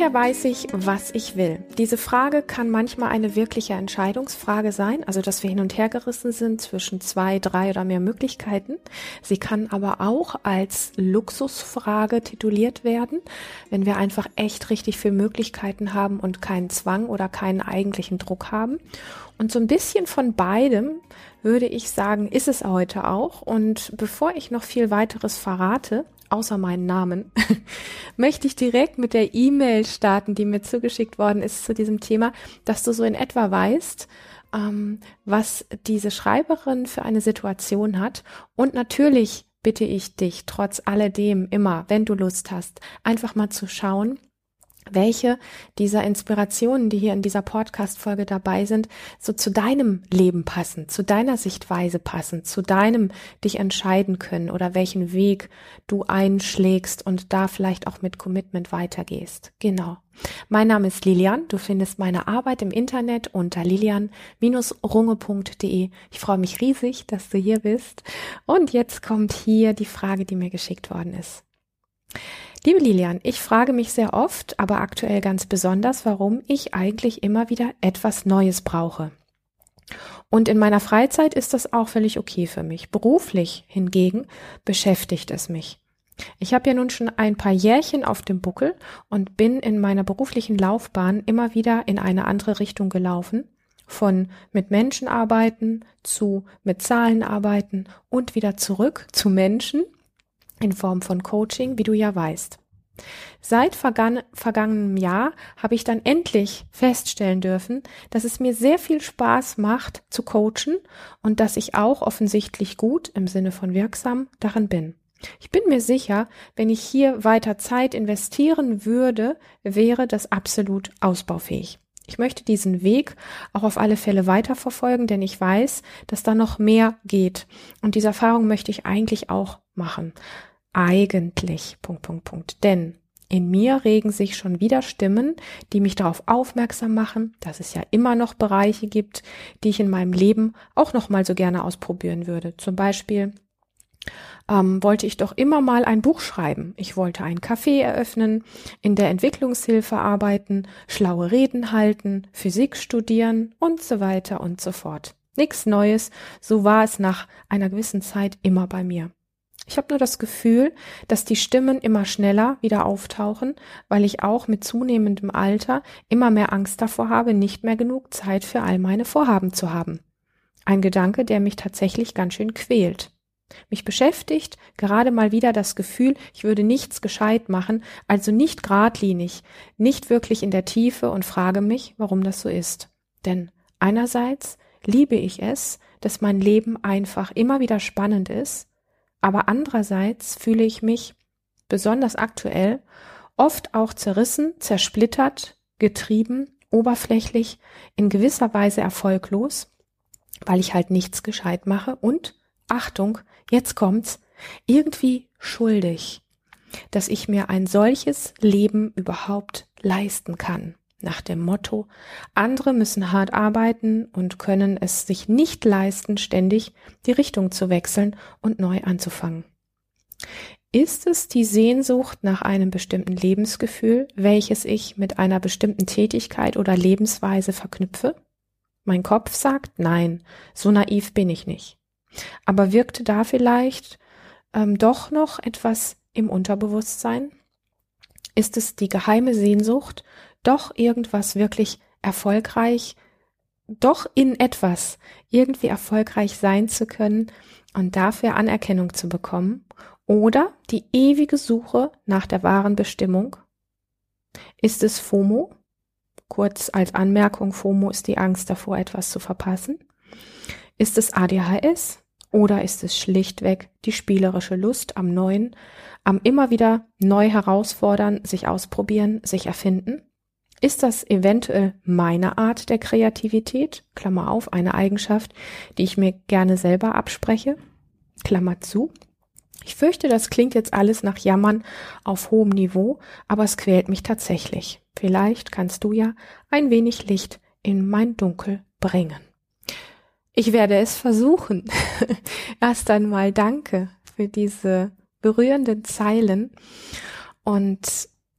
Woher weiß ich, was ich will? Diese Frage kann manchmal eine wirkliche Entscheidungsfrage sein, also dass wir hin und her gerissen sind zwischen 2, 3 oder mehr Möglichkeiten. Sie kann aber auch als Luxusfrage tituliert werden, wenn wir einfach echt richtig viele Möglichkeiten haben und keinen Zwang oder keinen eigentlichen Druck haben. Und so ein bisschen von beidem, würde ich sagen, ist es heute auch. Und bevor ich noch viel weiteres verrate, außer meinen Namen, möchte ich direkt mit der E-Mail starten, die mir zugeschickt worden ist zu diesem Thema, dass du so in etwa weißt, was diese Schreiberin für eine Situation hat. Und natürlich bitte ich dich, trotz alledem immer, wenn du Lust hast, einfach mal zu schauen, welche dieser Inspirationen, die hier in dieser Podcast-Folge dabei sind, so zu deinem Leben passen, zu deiner Sichtweise passen, zu deinem dich entscheiden können oder welchen Weg du einschlägst und da vielleicht auch mit Commitment weitergehst. Genau. Mein Name ist Lilian. Du findest meine Arbeit im Internet unter lilian-runge.de. Ich freue mich riesig, dass du hier bist. Und jetzt kommt hier die Frage, die mir geschickt worden ist. Liebe Lilian, ich frage mich sehr oft, aber aktuell ganz besonders, warum ich eigentlich immer wieder etwas Neues brauche. Und in meiner Freizeit ist das auch völlig okay für mich. Beruflich hingegen beschäftigt es mich. Ich habe ja nun schon ein paar Jährchen auf dem Buckel und bin in meiner beruflichen Laufbahn immer wieder in eine andere Richtung gelaufen. Von mit Menschen arbeiten zu mit Zahlen arbeiten und wieder zurück zu Menschen in Form von Coaching, wie du ja weißt. Seit vergangenem Jahr habe ich dann endlich feststellen dürfen, dass es mir sehr viel Spaß macht zu coachen und dass ich auch offensichtlich gut im Sinne von wirksam darin bin. Ich bin mir sicher, wenn ich hier weiter Zeit investieren würde, wäre das absolut ausbaufähig. Ich möchte diesen Weg auch auf alle Fälle weiterverfolgen, denn ich weiß, dass da noch mehr geht. Und diese Erfahrung möchte ich eigentlich auch machen. Eigentlich, ... Denn in mir regen sich schon wieder Stimmen, die mich darauf aufmerksam machen, dass es ja immer noch Bereiche gibt, die ich in meinem Leben auch noch mal so gerne ausprobieren würde. Zum Beispiel wollte ich doch immer mal ein Buch schreiben. Ich wollte ein Café eröffnen, in der Entwicklungshilfe arbeiten, schlaue Reden halten, Physik studieren und so weiter und so fort. Nichts Neues, so war es nach einer gewissen Zeit immer bei mir. Ich habe nur das Gefühl, dass die Stimmen immer schneller wieder auftauchen, weil ich auch mit zunehmendem Alter immer mehr Angst davor habe, nicht mehr genug Zeit für all meine Vorhaben zu haben. Ein Gedanke, der mich tatsächlich ganz schön quält. Mich beschäftigt gerade mal wieder das Gefühl, ich würde nichts gescheit machen, also nicht geradlinig, nicht wirklich in der Tiefe und frage mich, warum das so ist. Denn einerseits liebe ich es, dass mein Leben einfach immer wieder spannend ist, aber andererseits fühle ich mich, besonders aktuell, oft auch zerrissen, zersplittert, getrieben, oberflächlich, in gewisser Weise erfolglos, weil ich halt nichts gescheit mache und, Achtung, jetzt kommt's, irgendwie schuldig, dass ich mir ein solches Leben überhaupt leisten kann. Nach dem Motto, andere müssen hart arbeiten und können es sich nicht leisten, ständig die Richtung zu wechseln und neu anzufangen. Ist es die Sehnsucht nach einem bestimmten Lebensgefühl, welches ich mit einer bestimmten Tätigkeit oder Lebensweise verknüpfe? Mein Kopf sagt, nein, so naiv bin ich nicht. Aber wirkte da vielleicht doch noch etwas im Unterbewusstsein? Ist es die geheime Sehnsucht, doch irgendwas wirklich erfolgreich, doch in etwas irgendwie erfolgreich sein zu können und dafür Anerkennung zu bekommen? Oder die ewige Suche nach der wahren Bestimmung? Ist es FOMO? Kurz als Anmerkung, FOMO ist die Angst davor, etwas zu verpassen. Ist es ADHS? Oder ist es schlichtweg die spielerische Lust am Neuen, am immer wieder neu herausfordern, sich ausprobieren, sich erfinden? Ist das eventuell meine Art der Kreativität? Klammer auf, eine Eigenschaft, die ich mir gerne selber abspreche? Klammer zu. Ich fürchte, das klingt jetzt alles nach Jammern auf hohem Niveau, aber es quält mich tatsächlich. Vielleicht kannst du ja ein wenig Licht in mein Dunkel bringen. Ich werde es versuchen. Erst einmal danke für diese berührenden Zeilen. Und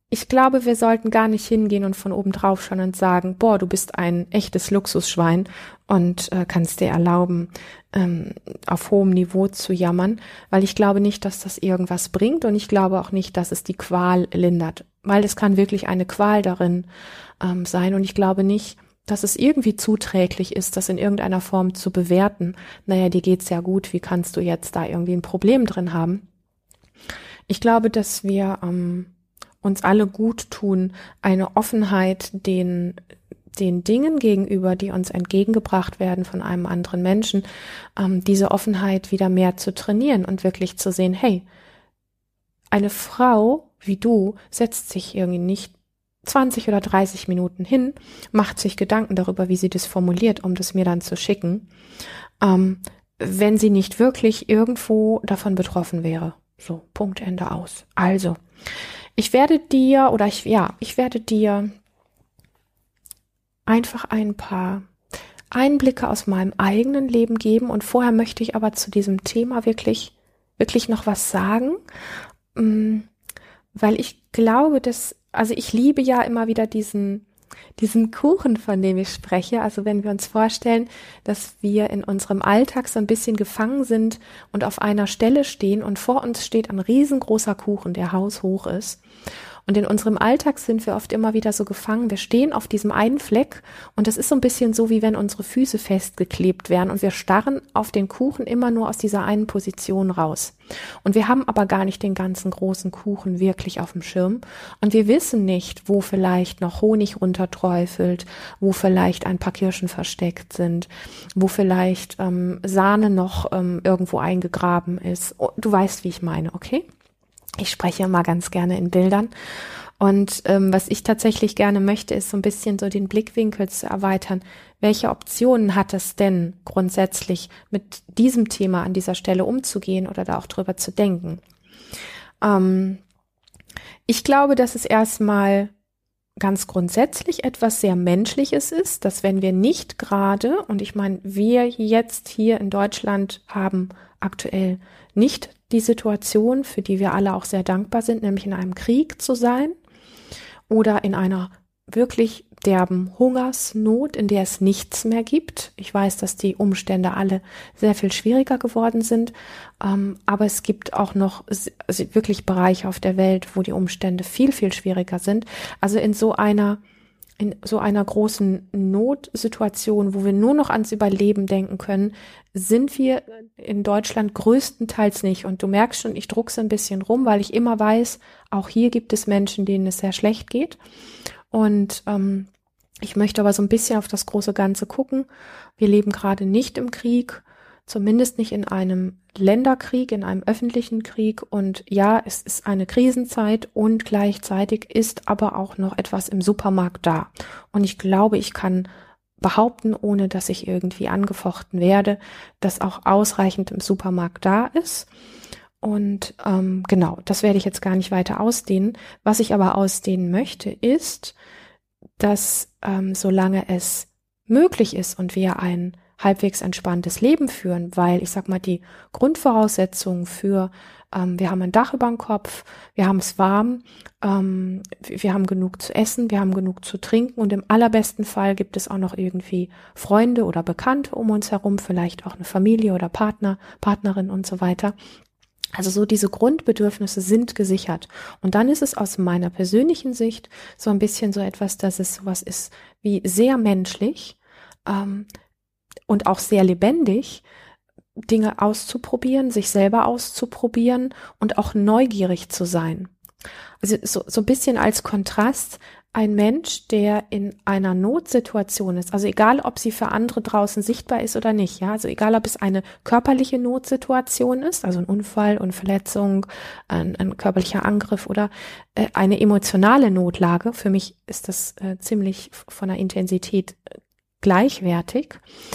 Ich glaube, wir sollten gar nicht hingehen und von oben drauf schauen und sagen, boah, du bist ein echtes Luxusschwein und kannst dir erlauben, auf hohem Niveau zu jammern, weil ich glaube nicht, dass das irgendwas bringt und ich glaube auch nicht, dass es die Qual lindert, weil es kann wirklich eine Qual darin sein und ich glaube nicht, dass es irgendwie zuträglich ist, das in irgendeiner Form zu bewerten. Naja, dir geht's ja gut, wie kannst du jetzt da irgendwie ein Problem drin haben? Ich glaube, dass wir uns alle gut tun, eine Offenheit den Dingen gegenüber, die uns entgegengebracht werden von einem anderen Menschen, diese Offenheit wieder mehr zu trainieren und wirklich zu sehen, hey, eine Frau wie du setzt sich irgendwie nicht 20 oder 30 Minuten hin, macht sich Gedanken darüber, wie sie das formuliert, um das mir dann zu schicken, wenn sie nicht wirklich irgendwo davon betroffen wäre. So, Punkt, Ende, aus. Also, ich werde dir einfach ein paar Einblicke aus meinem eigenen Leben geben und vorher möchte ich aber zu diesem Thema wirklich noch was sagen, weil ich glaube, also ich liebe ja immer wieder diesen Kuchen, von dem ich spreche. Also wenn wir uns vorstellen, dass wir in unserem Alltag so ein bisschen gefangen sind und auf einer Stelle stehen und vor uns steht ein riesengroßer Kuchen, der haushoch ist. Und in unserem Alltag sind wir oft immer wieder so gefangen. Wir stehen auf diesem einen Fleck und das ist so ein bisschen so, wie wenn unsere Füße festgeklebt wären und wir starren auf den Kuchen immer nur aus dieser einen Position raus. Und wir haben aber gar nicht den ganzen großen Kuchen wirklich auf dem Schirm und wir wissen nicht, wo vielleicht noch Honig runterträufelt, wo vielleicht ein paar Kirschen versteckt sind, wo vielleicht Sahne noch irgendwo eingegraben ist. Oh, du weißt, wie ich meine, okay? Ich spreche immer ganz gerne in Bildern und was ich tatsächlich gerne möchte, ist so ein bisschen so den Blickwinkel zu erweitern. Welche Optionen hat es denn grundsätzlich mit diesem Thema an dieser Stelle umzugehen oder da auch drüber zu denken? Ich glaube, dass es erstmal ganz grundsätzlich etwas sehr Menschliches ist, dass wenn wir nicht gerade, und ich meine, wir jetzt hier in Deutschland haben aktuell nicht die Situation, für die wir alle auch sehr dankbar sind, nämlich in einem Krieg zu sein oder in einer wirklich derben Hungersnot, in der es nichts mehr gibt. Ich weiß, dass die Umstände alle sehr viel schwieriger geworden sind, aber es gibt auch noch wirklich Bereiche auf der Welt, wo die Umstände viel, viel schwieriger sind. Also in so einer großen Notsituation, wo wir nur noch ans Überleben denken können, sind wir in Deutschland größtenteils nicht. Und du merkst schon, ich druckse ein bisschen rum, weil ich immer weiß, auch hier gibt es Menschen, denen es sehr schlecht geht. Und ich möchte aber so ein bisschen auf das große Ganze gucken. Wir leben gerade nicht im Krieg, zumindest nicht in einem Länderkrieg, in einem öffentlichen Krieg. Und ja, es ist eine Krisenzeit und gleichzeitig ist aber auch noch etwas im Supermarkt da. Und ich glaube, ich kann behaupten, ohne dass ich irgendwie angefochten werde, dass auch ausreichend im Supermarkt da ist. Und genau, das werde ich jetzt gar nicht weiter ausdehnen. Was ich aber ausdehnen möchte, ist, dass solange es möglich ist und wir ein halbwegs entspanntes Leben führen, weil ich sag mal, die Grundvoraussetzungen für wir haben ein Dach über dem Kopf, wir haben es warm, wir haben genug zu essen, wir haben genug zu trinken und im allerbesten Fall gibt es auch noch irgendwie Freunde oder Bekannte um uns herum, vielleicht auch eine Familie oder Partner, Partnerin und so weiter. Also so diese Grundbedürfnisse sind gesichert. Und dann ist es aus meiner persönlichen Sicht so ein bisschen so etwas, dass es sowas ist wie sehr menschlich und auch sehr lebendig, Dinge auszuprobieren, sich selber auszuprobieren und auch neugierig zu sein. Also so ein bisschen als Kontrast, ein Mensch, der in einer Notsituation ist, also egal, ob sie für andere draußen sichtbar ist oder nicht, ja, also egal, ob es eine körperliche Notsituation ist, also ein Unfall und Verletzung, ein körperlicher Angriff oder eine emotionale Notlage, für mich ist das ziemlich von der Intensität gleichwertig.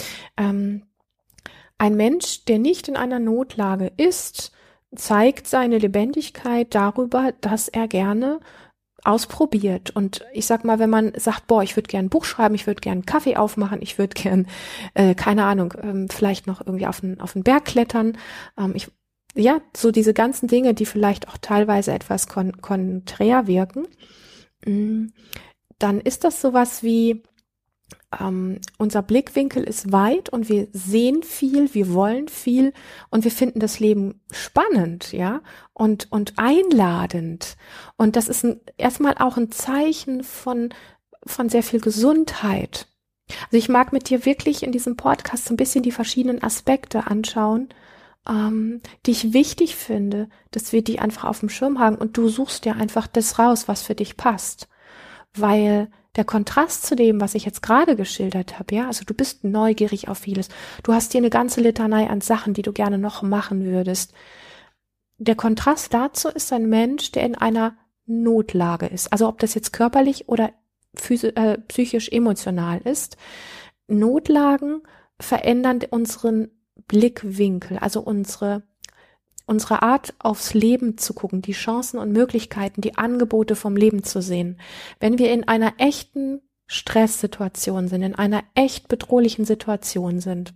Ein Mensch, der nicht in einer Notlage ist, zeigt seine Lebendigkeit darüber, dass er gerne ausprobiert. Und ich sag mal, wenn man sagt, boah, ich würde gern ein Buch schreiben, ich würde gern einen Kaffee aufmachen, ich würde gern, keine Ahnung, vielleicht noch irgendwie auf den Berg klettern. So diese ganzen Dinge, die vielleicht auch teilweise etwas konträr wirken. dann ist das sowas wie, unser Blickwinkel ist weit und wir sehen viel, wir wollen viel und wir finden das Leben spannend, ja, und einladend. Und das ist erstmal auch ein Zeichen von sehr viel Gesundheit. Also ich mag mit dir wirklich in diesem Podcast so ein bisschen die verschiedenen Aspekte anschauen, die ich wichtig finde, dass wir die einfach auf dem Schirm haben und du suchst dir einfach das raus, was für dich passt. Weil der Kontrast zu dem, was ich jetzt gerade geschildert habe, ja, also du bist neugierig auf vieles, du hast hier eine ganze Litanei an Sachen, die du gerne noch machen würdest. Der Kontrast dazu ist ein Mensch, der in einer Notlage ist. Also ob das jetzt körperlich oder psychisch emotional ist. Notlagen verändern unseren Blickwinkel, also unsere Art aufs Leben zu gucken, die Chancen und Möglichkeiten, die Angebote vom Leben zu sehen. Wenn wir in einer echten Stresssituation sind, in einer echt bedrohlichen Situation sind,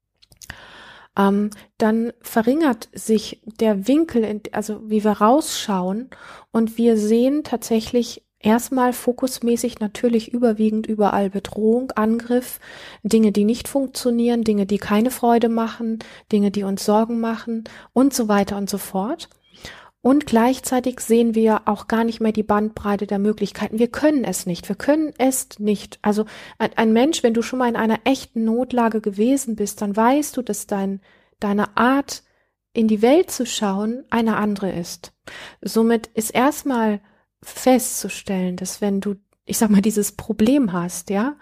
dann verringert sich der Winkel, also wie wir rausschauen und wir sehen tatsächlich erstmal fokusmäßig natürlich überwiegend überall Bedrohung, Angriff, Dinge, die nicht funktionieren, Dinge, die keine Freude machen, Dinge, die uns Sorgen machen und so weiter und so fort. Und gleichzeitig sehen wir auch gar nicht mehr die Bandbreite der Möglichkeiten. Wir können es nicht. Also ein Mensch, wenn du schon mal in einer echten Notlage gewesen bist, dann weißt du, dass deine Art, in die Welt zu schauen, eine andere ist. Somit ist erstmal festzustellen, dass wenn du, ich sag mal, dieses Problem hast, ja,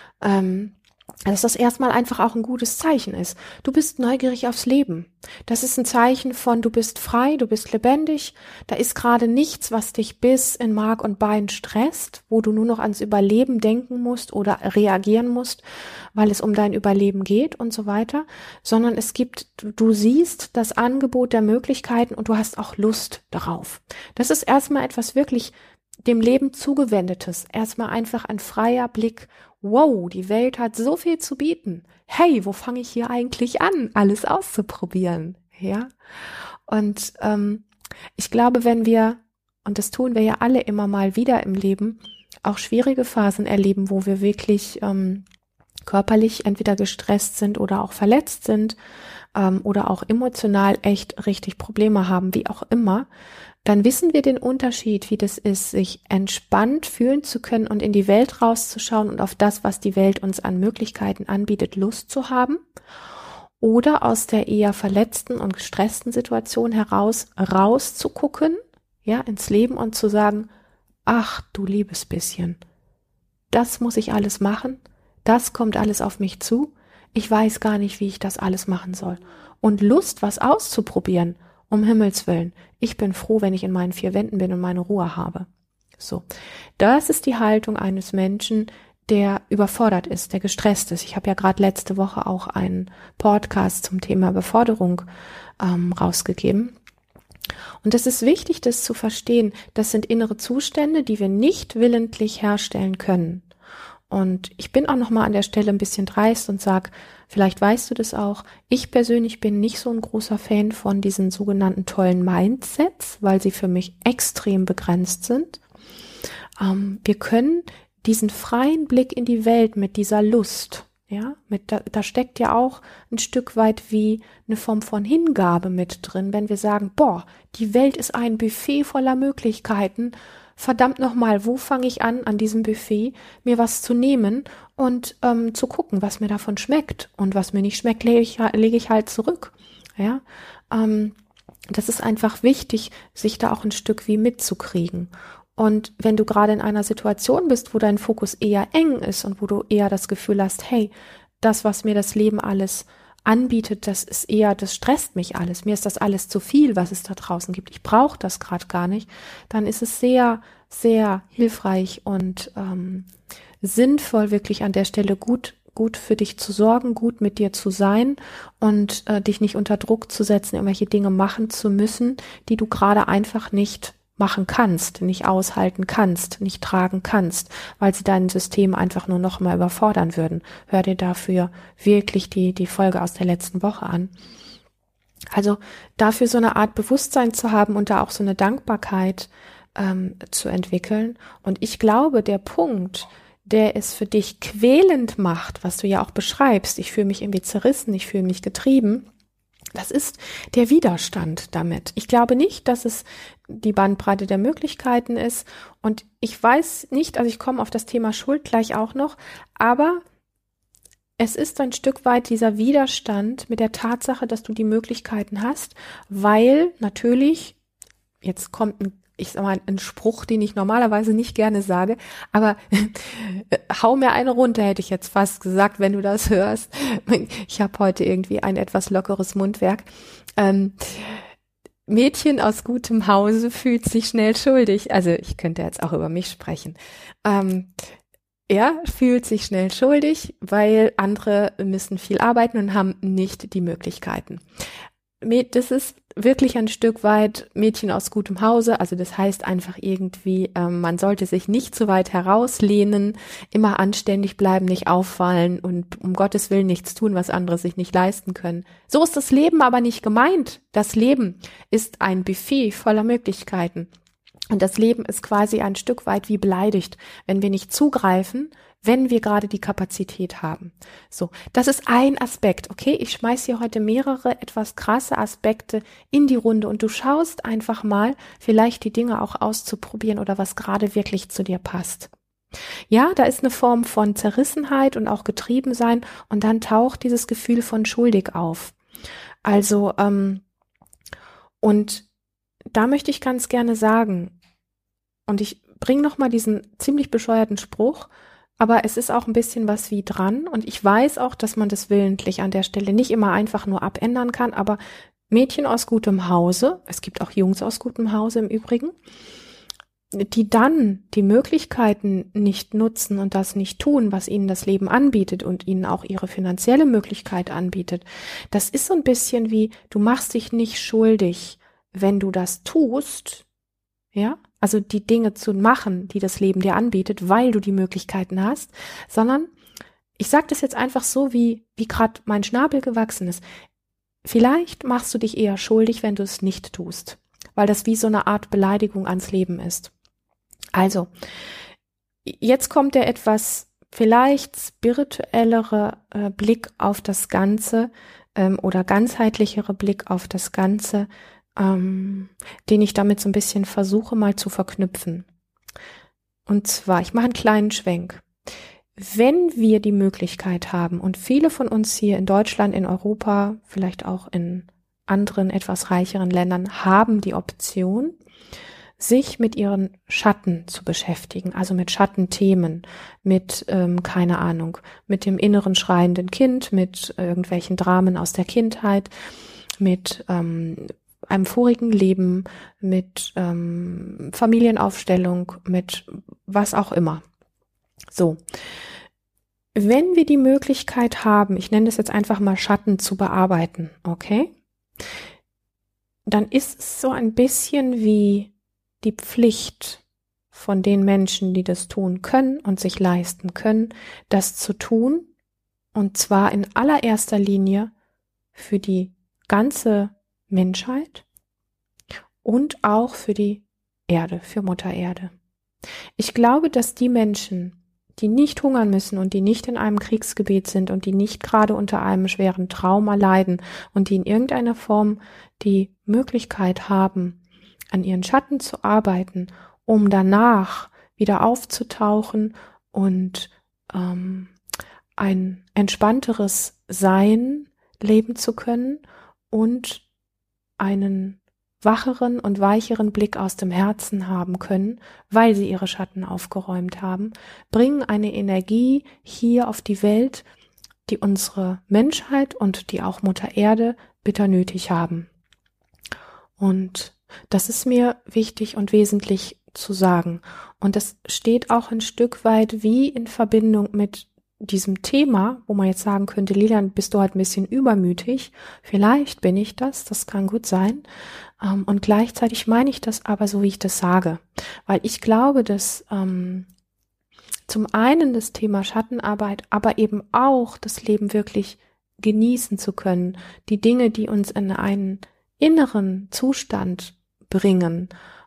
dass das erstmal einfach auch ein gutes Zeichen ist. Du bist neugierig aufs Leben. Das ist ein Zeichen von, du bist frei, du bist lebendig. Da ist gerade nichts, was dich bis in Mark und Bein stresst, wo du nur noch ans Überleben denken musst oder reagieren musst, weil es um dein Überleben geht und so weiter, sondern du siehst das Angebot der Möglichkeiten und du hast auch Lust darauf. Das ist erstmal etwas wirklich dem Leben zugewendetes. Erstmal einfach ein freier Blick. Wow, die Welt hat so viel zu bieten. Hey, wo fange ich hier eigentlich an, alles auszuprobieren? Ja. Und ich glaube, wenn wir, und das tun wir ja alle immer mal wieder im Leben, auch schwierige Phasen erleben, wo wir wirklich körperlich entweder gestresst sind oder auch verletzt sind oder auch emotional echt richtig Probleme haben, wie auch immer, dann wissen wir den Unterschied, wie das ist, sich entspannt fühlen zu können und in die Welt rauszuschauen und auf das, was die Welt uns an Möglichkeiten anbietet, Lust zu haben. Oder aus der eher verletzten und gestressten Situation rauszugucken, ja, ins Leben und zu sagen, ach du liebes bisschen, das muss ich alles machen, das kommt alles auf mich zu, ich weiß gar nicht, wie ich das alles machen soll. Und Lust, was auszuprobieren, um Himmels Willen. Ich bin froh, wenn ich in meinen 4 Wänden bin und meine Ruhe habe. So. Das ist die Haltung eines Menschen, der überfordert ist, der gestresst ist. Ich habe ja gerade letzte Woche auch einen Podcast zum Thema Beforderung rausgegeben. Und es ist wichtig, das zu verstehen. Das sind innere Zustände, die wir nicht willentlich herstellen können. Und ich bin auch nochmal an der Stelle ein bisschen dreist und sage, vielleicht weißt du das auch, ich persönlich bin nicht so ein großer Fan von diesen sogenannten tollen Mindsets, weil sie für mich extrem begrenzt sind. Wir können diesen freien Blick in die Welt mit dieser Lust, ja, da steckt ja auch ein Stück weit wie eine Form von Hingabe mit drin, wenn wir sagen, boah, die Welt ist ein Buffet voller Möglichkeiten. Verdammt nochmal, wo fange ich an diesem Buffet, mir was zu nehmen und zu gucken, was mir davon schmeckt. Und was mir nicht schmeckt, lege ich halt zurück. Ja, das ist einfach wichtig, sich da auch ein Stück wie mitzukriegen. Und wenn du gerade in einer Situation bist, wo dein Fokus eher eng ist und wo du eher das Gefühl hast, hey, das, was mir das Leben alles anbietet, das stresst mich alles. Mir ist das alles zu viel, was es da draußen gibt. Ich brauche das gerade gar nicht. Dann ist es sehr, sehr hilfreich und sinnvoll, wirklich an der Stelle gut für dich zu sorgen, gut mit dir zu sein und dich nicht unter Druck zu setzen, irgendwelche Dinge machen zu müssen, die du gerade einfach nicht machen kannst, nicht aushalten kannst, nicht tragen kannst, weil sie dein System einfach nur noch mal überfordern würden. Hör dir dafür wirklich die Folge aus der letzten Woche an. Also dafür so eine Art Bewusstsein zu haben und da auch so eine Dankbarkeit zu entwickeln. Und ich glaube, der Punkt, der es für dich quälend macht, was du ja auch beschreibst, ich fühle mich irgendwie zerrissen, ich fühle mich getrieben, das ist der Widerstand damit. Ich glaube nicht, dass es die Bandbreite der Möglichkeiten ist. Und ich weiß nicht, also ich komme auf das Thema Schuld gleich auch noch, aber es ist ein Stück weit dieser Widerstand mit der Tatsache, dass du die Möglichkeiten hast, weil natürlich, jetzt kommt ich sag mal, ein Spruch, den ich normalerweise nicht gerne sage, aber hau mir eine runter, hätte ich jetzt fast gesagt, wenn du das hörst. Ich habe heute irgendwie ein etwas lockeres Mundwerk. Mädchen aus gutem Hause fühlt sich schnell schuldig. Also ich könnte jetzt auch über mich sprechen. Er fühlt sich schnell schuldig, weil andere müssen viel arbeiten und haben nicht die Möglichkeiten. Das ist wirklich ein Stück weit Mädchen aus gutem Hause, also das heißt einfach irgendwie, man sollte sich nicht zu weit herauslehnen, immer anständig bleiben, nicht auffallen und um Gottes Willen nichts tun, was andere sich nicht leisten können. So ist das Leben aber nicht gemeint. Das Leben ist ein Buffet voller Möglichkeiten. Und das Leben ist quasi ein Stück weit wie beleidigt, wenn wir nicht zugreifen, wenn wir gerade die Kapazität haben. So, das ist ein Aspekt, okay? Ich schmeiß hier heute mehrere etwas krasse Aspekte in die Runde und du schaust einfach mal, vielleicht die Dinge auch auszuprobieren oder was gerade wirklich zu dir passt. Ja, da ist eine Form von Zerrissenheit und auch Getriebensein und dann taucht dieses Gefühl von schuldig auf. Also, und da möchte ich ganz gerne sagen, und ich bringe nochmal diesen ziemlich bescheuerten Spruch, aber es ist auch ein bisschen was wie dran und ich weiß auch, dass man das willentlich an der Stelle nicht immer einfach nur abändern kann, aber Mädchen aus gutem Hause, es gibt auch Jungs aus gutem Hause im Übrigen, die dann die Möglichkeiten nicht nutzen und das nicht tun, was ihnen das Leben anbietet und ihnen auch ihre finanzielle Möglichkeit anbietet, das ist so ein bisschen wie, du machst dich nicht schuldig, wenn du das tust, ja, also die Dinge zu machen, die das Leben dir anbietet, weil du die Möglichkeiten hast, sondern ich sage das jetzt einfach so, wie gerade mein Schnabel gewachsen ist. Vielleicht machst du dich eher schuldig, wenn du es nicht tust, weil das wie so eine Art Beleidigung ans Leben ist. Also, jetzt kommt der etwas vielleicht spirituellere Blick auf das Ganze oder ganzheitlichere Blick auf das Ganze, den ich damit so ein bisschen versuche mal zu verknüpfen. Und zwar, ich mache einen kleinen Schwenk. Wenn wir die Möglichkeit haben, und viele von uns hier in Deutschland, in Europa, vielleicht auch in anderen etwas reicheren Ländern, haben die Option, sich mit ihren Schatten zu beschäftigen, also mit Schattenthemen, mit, keine Ahnung, mit dem inneren schreienden Kind, mit irgendwelchen Dramen aus der Kindheit, mit einem vorigen Leben, mit Familienaufstellung, mit was auch immer. So, wenn wir die Möglichkeit haben, ich nenne das jetzt einfach mal Schatten zu bearbeiten, okay, dann ist es so ein bisschen wie die Pflicht von den Menschen, die das tun können und sich leisten können, das zu tun, und zwar in allererster Linie für die ganze Menschheit und auch für die Erde, für Mutter Erde. Ich glaube, dass die Menschen, die nicht hungern müssen und die nicht in einem Kriegsgebiet sind und die nicht gerade unter einem schweren Trauma leiden und die in irgendeiner Form die Möglichkeit haben, an ihren Schatten zu arbeiten, um danach wieder aufzutauchen und ein entspannteres Sein leben zu können und einen wacheren und weicheren Blick aus dem Herzen haben können, weil sie ihre Schatten aufgeräumt haben, bringen eine Energie hier auf die Welt, die unsere Menschheit und die auch Mutter Erde bitter nötig haben. Und das ist mir wichtig und wesentlich zu sagen. Und das steht auch ein Stück weit wie in Verbindung mit diesem Thema, wo man jetzt sagen könnte, Lilian, bist du halt ein bisschen übermütig. Vielleicht bin ich das kann gut sein. Und gleichzeitig meine ich das aber so, wie ich das sage. Weil ich glaube, dass zum einen das Thema Schattenarbeit, aber eben auch das Leben wirklich genießen zu können, die Dinge, die uns in einen inneren Zustand bringen,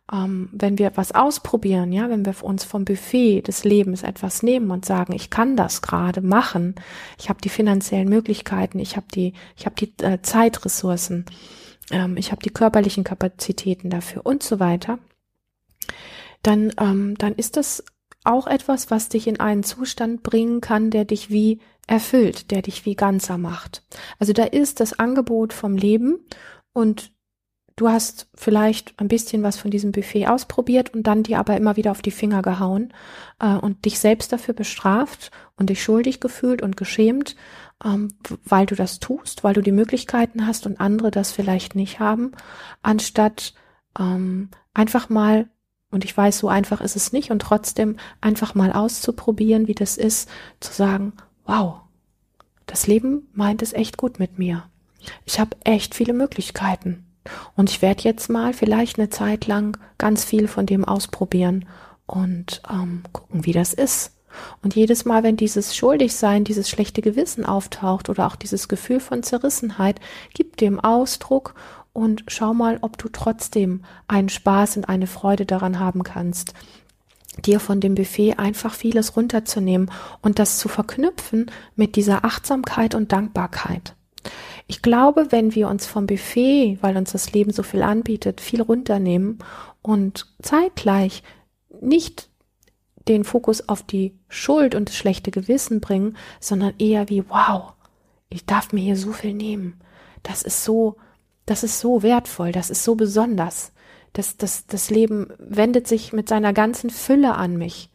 wenn wir was ausprobieren, ja, wenn wir uns vom Buffet des Lebens etwas nehmen und sagen, ich kann das gerade machen, ich habe die finanziellen Möglichkeiten, ich habe die Zeitressourcen, ich habe die körperlichen Kapazitäten dafür und so weiter, dann ist das auch etwas, was dich in einen Zustand bringen kann, der dich wie erfüllt, der dich wie ganzer macht. Also da ist das Angebot vom Leben und du hast vielleicht ein bisschen was von diesem Buffet ausprobiert und dann dir aber immer wieder auf die Finger gehauen und dich selbst dafür bestraft und dich schuldig gefühlt und geschämt, weil du das tust, weil du die Möglichkeiten hast und andere das vielleicht nicht haben, anstatt einfach mal, und ich weiß, so einfach ist es nicht, und trotzdem einfach mal auszuprobieren, wie das ist, zu sagen, wow, das Leben meint es echt gut mit mir. Ich habe echt viele Möglichkeiten. Und ich werde jetzt mal vielleicht eine Zeit lang ganz viel von dem ausprobieren und gucken, wie das ist. Und jedes Mal, wenn dieses Schuldigsein, dieses schlechte Gewissen auftaucht oder auch dieses Gefühl von Zerrissenheit, gib dem Ausdruck und schau mal, ob du trotzdem einen Spaß und eine Freude daran haben kannst, dir von dem Buffet einfach vieles runterzunehmen und das zu verknüpfen mit dieser Achtsamkeit und Dankbarkeit. Ich glaube, wenn wir uns vom Buffet, weil uns das Leben so viel anbietet, viel runternehmen und zeitgleich nicht den Fokus auf die Schuld und das schlechte Gewissen bringen, sondern eher wie, wow, ich darf mir hier so viel nehmen. Das ist so wertvoll, das ist so besonders. Das Leben wendet sich mit seiner ganzen Fülle an mich.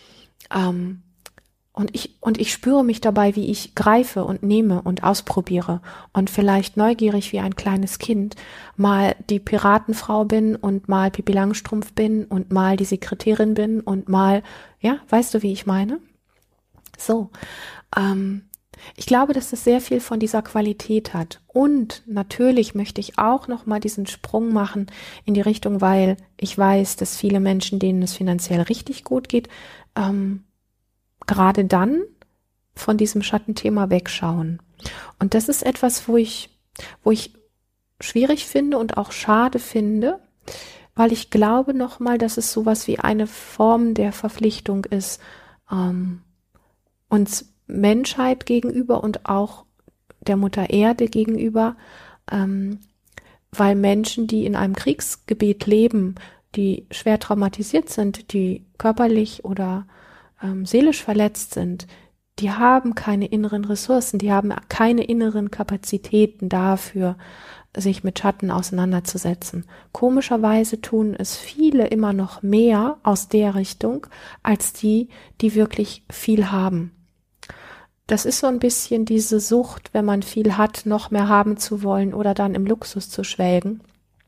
Und ich spüre mich dabei, wie ich greife und nehme und ausprobiere und vielleicht neugierig wie ein kleines Kind mal die Piratenfrau bin und mal Pippi Langstrumpf bin und mal die Sekretärin bin und mal, ja, weißt du, wie ich meine? So, ich glaube, dass das sehr viel von dieser Qualität hat. Und natürlich möchte ich auch nochmal diesen Sprung machen in die Richtung, weil ich weiß, dass viele Menschen, denen es finanziell richtig gut geht, gerade dann von diesem Schattenthema wegschauen. Und das ist etwas, wo ich schwierig finde und auch schade finde, weil ich glaube nochmal, dass es sowas wie eine Form der Verpflichtung ist, uns Menschheit gegenüber und auch der Mutter Erde gegenüber, weil Menschen, die in einem Kriegsgebiet leben, die schwer traumatisiert sind, die körperlich oder seelisch verletzt sind, die haben keine inneren Ressourcen, die haben keine inneren Kapazitäten dafür, sich mit Schatten auseinanderzusetzen. Komischerweise tun es viele immer noch mehr aus der Richtung, als die wirklich viel haben. Das ist so ein bisschen diese Sucht, wenn man viel hat, noch mehr haben zu wollen oder dann im Luxus zu schwelgen.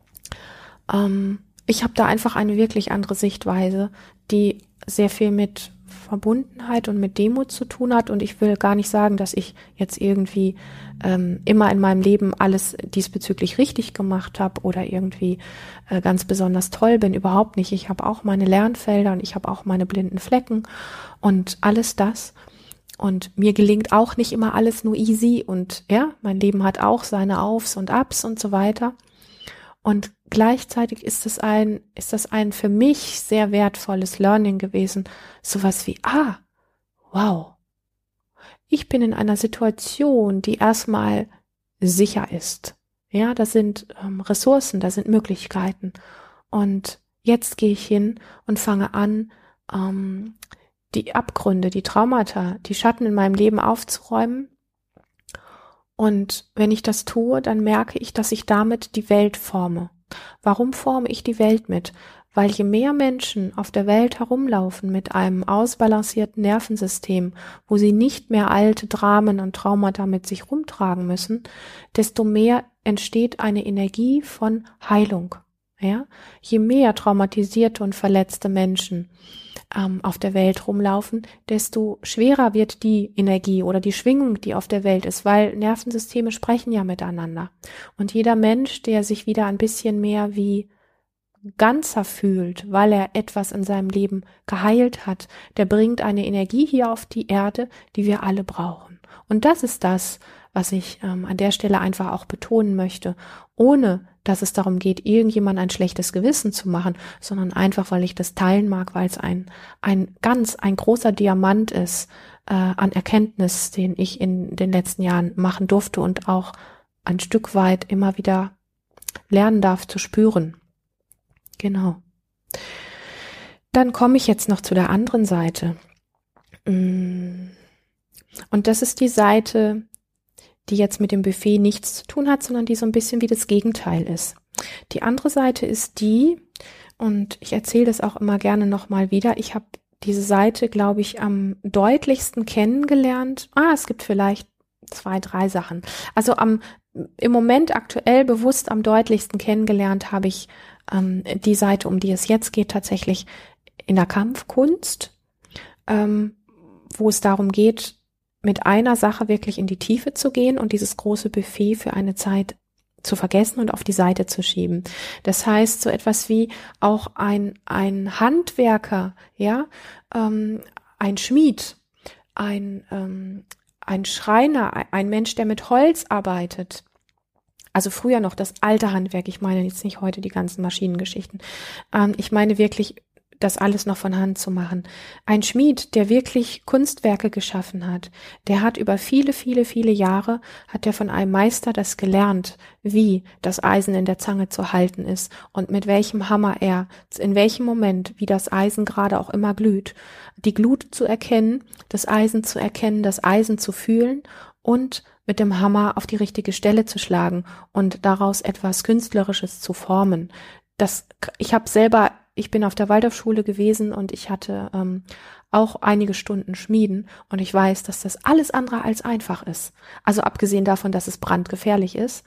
Ich habe da einfach eine wirklich andere Sichtweise, die sehr viel mit Verbundenheit und mit Demut zu tun hat. Und ich will gar nicht sagen, dass ich jetzt irgendwie immer in meinem Leben alles diesbezüglich richtig gemacht habe oder irgendwie ganz besonders toll bin. Überhaupt nicht. Ich habe auch meine Lernfelder und ich habe auch meine blinden Flecken und alles das. Und mir gelingt auch nicht immer alles nur easy und ja, mein Leben hat auch seine Aufs und Ups und so weiter. Und gleichzeitig ist das ein für mich sehr wertvolles Learning gewesen. Sowas wie, wow, ich bin in einer Situation, die erstmal sicher ist. Ja, da sind Ressourcen, da sind Möglichkeiten. Und jetzt gehe ich hin und fange an, die Abgründe, die Traumata, die Schatten in meinem Leben aufzuräumen. Und wenn ich das tue, dann merke ich, dass ich damit die Welt forme. Warum forme ich die Welt mit? Weil je mehr Menschen auf der Welt herumlaufen mit einem ausbalancierten Nervensystem, wo sie nicht mehr alte Dramen und Traumata mit sich rumtragen müssen, desto mehr entsteht eine Energie von Heilung. Ja? Je mehr traumatisierte und verletzte Menschen auf der Welt rumlaufen, desto schwerer wird die Energie oder die Schwingung, die auf der Welt ist, weil Nervensysteme sprechen ja miteinander. Und jeder Mensch, der sich wieder ein bisschen mehr wie ganzer fühlt, weil er etwas in seinem Leben geheilt hat, der bringt eine Energie hier auf die Erde, die wir alle brauchen. Und das ist das, was ich an der Stelle einfach auch betonen möchte, ohne dass es darum geht, irgendjemand ein schlechtes Gewissen zu machen, sondern einfach, weil ich das teilen mag, weil es ein großer Diamant ist an Erkenntnis, den ich in den letzten Jahren machen durfte und auch ein Stück weit immer wieder lernen darf zu spüren. Genau. Dann komme ich jetzt noch zu der anderen Seite. Und das ist die Seite, die jetzt mit dem Buffet nichts zu tun hat, sondern die so ein bisschen wie das Gegenteil ist. Die andere Seite ist die, und ich erzähle das auch immer gerne nochmal wieder, ich habe diese Seite, glaube ich, am deutlichsten kennengelernt. Es gibt vielleicht 2, 3 Sachen. Also im Moment aktuell bewusst am deutlichsten kennengelernt habe ich die Seite, um die es jetzt geht, tatsächlich in der Kampfkunst, wo es darum geht, mit einer Sache wirklich in die Tiefe zu gehen und dieses große Buffet für eine Zeit zu vergessen und auf die Seite zu schieben. Das heißt, so etwas wie auch ein Handwerker, ja, ein Schmied, ein Schreiner, ein Mensch, der mit Holz arbeitet. Also früher noch das alte Handwerk, ich meine jetzt nicht heute die ganzen Maschinengeschichten. Ich meine wirklich, das alles noch von Hand zu machen. Ein Schmied, der wirklich Kunstwerke geschaffen hat, der hat über viele, viele, viele Jahre, hat er von einem Meister das gelernt, wie das Eisen in der Zange zu halten ist und mit welchem Hammer er, in welchem Moment, wie das Eisen gerade auch immer glüht. Die Glut zu erkennen, das Eisen zu erkennen, das Eisen zu fühlen und mit dem Hammer auf die richtige Stelle zu schlagen und daraus etwas Künstlerisches zu formen. Ich bin auf der Waldorfschule gewesen und ich hatte auch einige Stunden Schmieden und ich weiß, dass das alles andere als einfach ist. Also abgesehen davon, dass es brandgefährlich ist,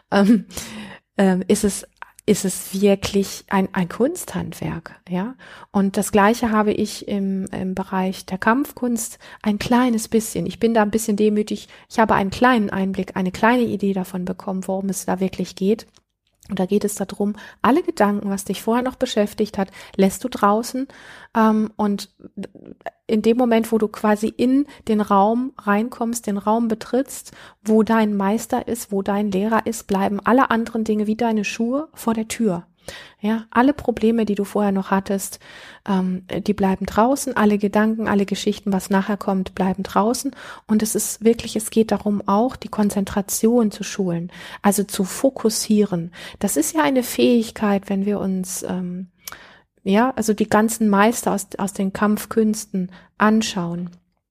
ist es wirklich ein Kunsthandwerk, ja. Und das Gleiche habe ich im Bereich der Kampfkunst ein kleines bisschen. Ich bin da ein bisschen demütig. Ich habe einen kleinen Einblick, eine kleine Idee davon bekommen, worum es da wirklich geht. Und da geht es darum, alle Gedanken, was dich vorher noch beschäftigt hat, lässt du draußen. Und in dem Moment, wo du quasi in den Raum reinkommst, den Raum betrittst, wo dein Meister ist, wo dein Lehrer ist, bleiben alle anderen Dinge wie deine Schuhe vor der Tür. Ja, alle Probleme, die du vorher noch hattest, die bleiben draußen, alle Gedanken, alle Geschichten, was nachher kommt, bleiben draußen. Und es geht darum auch, die Konzentration zu schulen, also zu fokussieren. Das ist ja eine Fähigkeit, wenn wir uns, also die ganzen Meister aus den Kampfkünsten anschauen.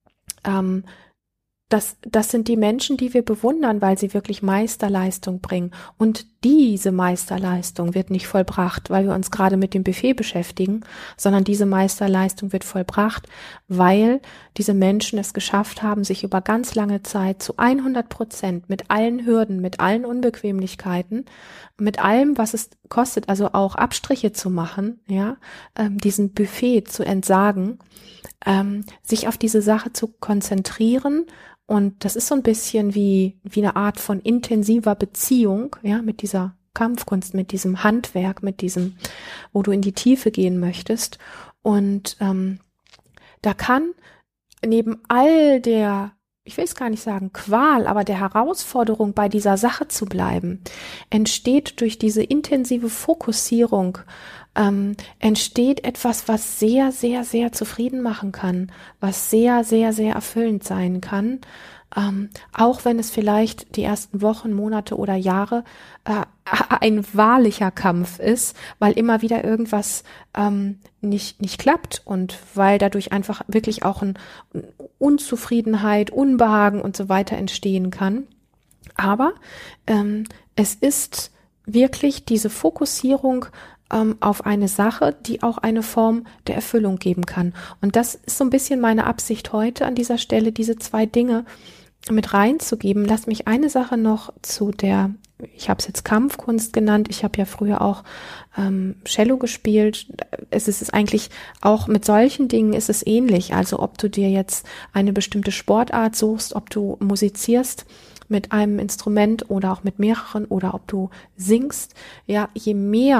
Das sind die Menschen, die wir bewundern, weil sie wirklich Meisterleistung bringen. Und diese Meisterleistung wird nicht vollbracht, weil wir uns gerade mit dem Buffet beschäftigen, sondern diese Meisterleistung wird vollbracht, weil diese Menschen es geschafft haben, sich über ganz lange Zeit zu 100% mit allen Hürden, mit allen Unbequemlichkeiten, mit allem, was es kostet, also auch Abstriche zu machen, ja, diesem Buffet zu entsagen, sich auf diese Sache zu konzentrieren. Und das ist so ein bisschen wie eine Art von intensiver Beziehung, ja, mit dieser Kampfkunst, mit diesem Handwerk, mit diesem, wo du in die Tiefe gehen möchtest. Und da kann neben all der, ich will es gar nicht sagen Qual, aber der Herausforderung, bei dieser Sache zu bleiben, entsteht durch diese intensive Fokussierung entsteht etwas, was sehr, sehr, sehr zufrieden machen kann, was sehr, sehr, sehr erfüllend sein kann, auch wenn es vielleicht die ersten Wochen, Monate oder Jahre ein wahrlicher Kampf ist, weil immer wieder irgendwas nicht klappt und weil dadurch einfach wirklich auch ein Unzufriedenheit, Unbehagen und so weiter entstehen kann. Aber es ist wirklich diese Fokussierung auf eine Sache, die auch eine Form der Erfüllung geben kann. Und das ist so ein bisschen meine Absicht heute an dieser Stelle, diese 2 Dinge mit reinzugeben. Lass mich eine Sache noch ich habe es jetzt Kampfkunst genannt, ich habe ja früher auch Cello gespielt. Es ist eigentlich auch mit solchen Dingen ist es ähnlich. Also ob du dir jetzt eine bestimmte Sportart suchst, ob du musizierst mit einem Instrument oder auch mit mehreren oder ob du singst, ja, je mehr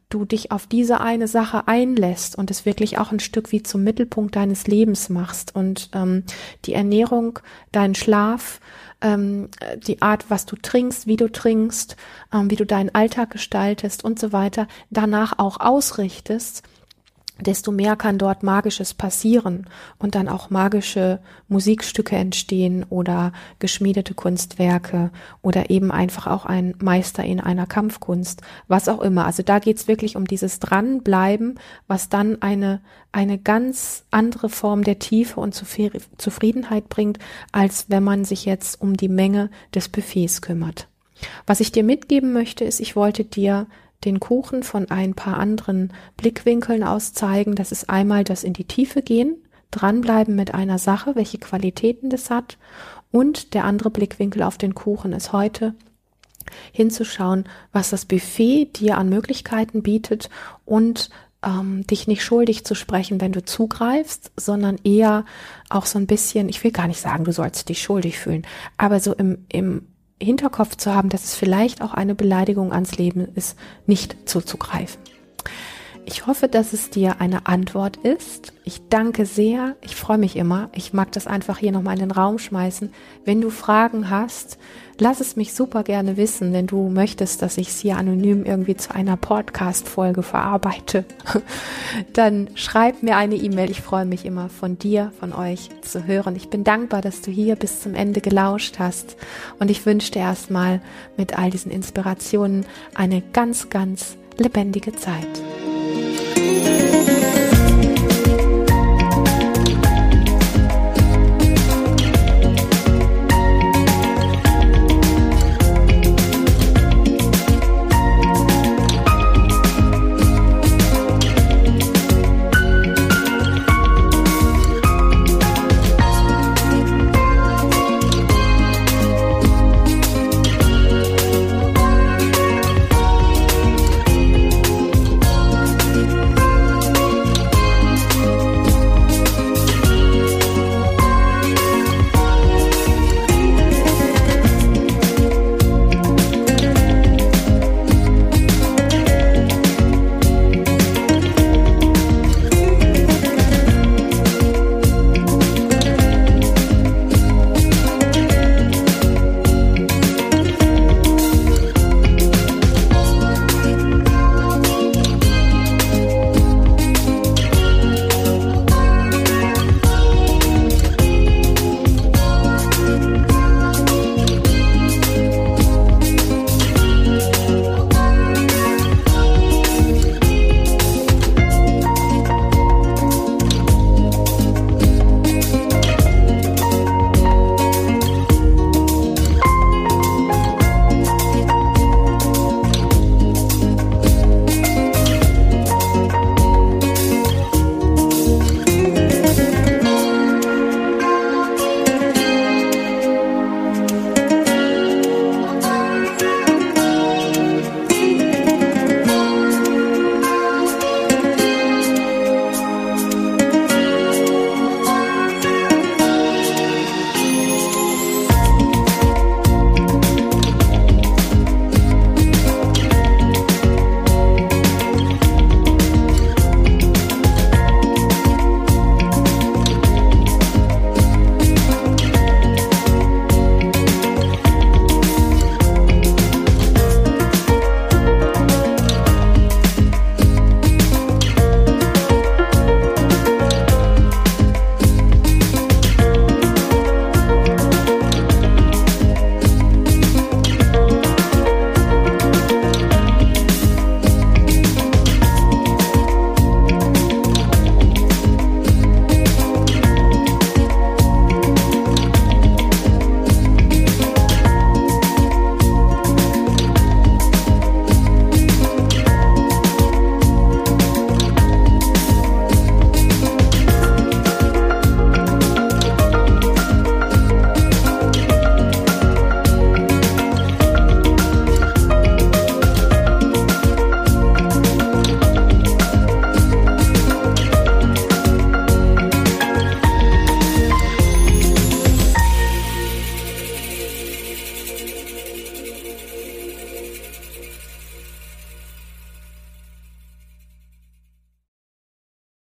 du dich auf diese eine Sache einlässt und es wirklich auch ein Stück wie zum Mittelpunkt deines Lebens machst und die Ernährung, deinen Schlaf, die Art, was du trinkst, wie du trinkst, wie du deinen Alltag gestaltest und so weiter, danach auch ausrichtest, desto mehr kann dort Magisches passieren und dann auch magische Musikstücke entstehen oder geschmiedete Kunstwerke oder eben einfach auch ein Meister in einer Kampfkunst, was auch immer. Also da geht's wirklich um dieses Dranbleiben, was dann eine ganz andere Form der Tiefe und Zufriedenheit bringt, als wenn man sich jetzt um die Menge des Buffets kümmert. Was ich dir mitgeben möchte, ist, ich wollte dir den Kuchen von ein paar anderen Blickwinkeln aus zeigen. Das ist einmal das in die Tiefe gehen, dranbleiben mit einer Sache, welche Qualitäten das hat. Und der andere Blickwinkel auf den Kuchen ist heute hinzuschauen, was das Buffet dir an Möglichkeiten bietet und dich nicht schuldig zu sprechen, wenn du zugreifst, sondern eher auch so ein bisschen, ich will gar nicht sagen, du sollst dich schuldig fühlen, aber so im Hinterkopf zu haben, dass es vielleicht auch eine Beleidigung ans Leben ist, nicht zuzugreifen. Ich hoffe, dass es dir eine Antwort ist. Ich danke sehr. Ich freue mich immer. Ich mag das einfach hier nochmal in den Raum schmeißen. Wenn du Fragen hast, lass es mich super gerne wissen, wenn du möchtest, dass ich es hier anonym irgendwie zu einer Podcast-Folge verarbeite. Dann schreib mir eine E-Mail. Ich freue mich immer von dir, von euch zu hören. Ich bin dankbar, dass du hier bis zum Ende gelauscht hast. Und ich wünsche dir erstmal mit all diesen Inspirationen eine ganz, ganz lebendige Zeit.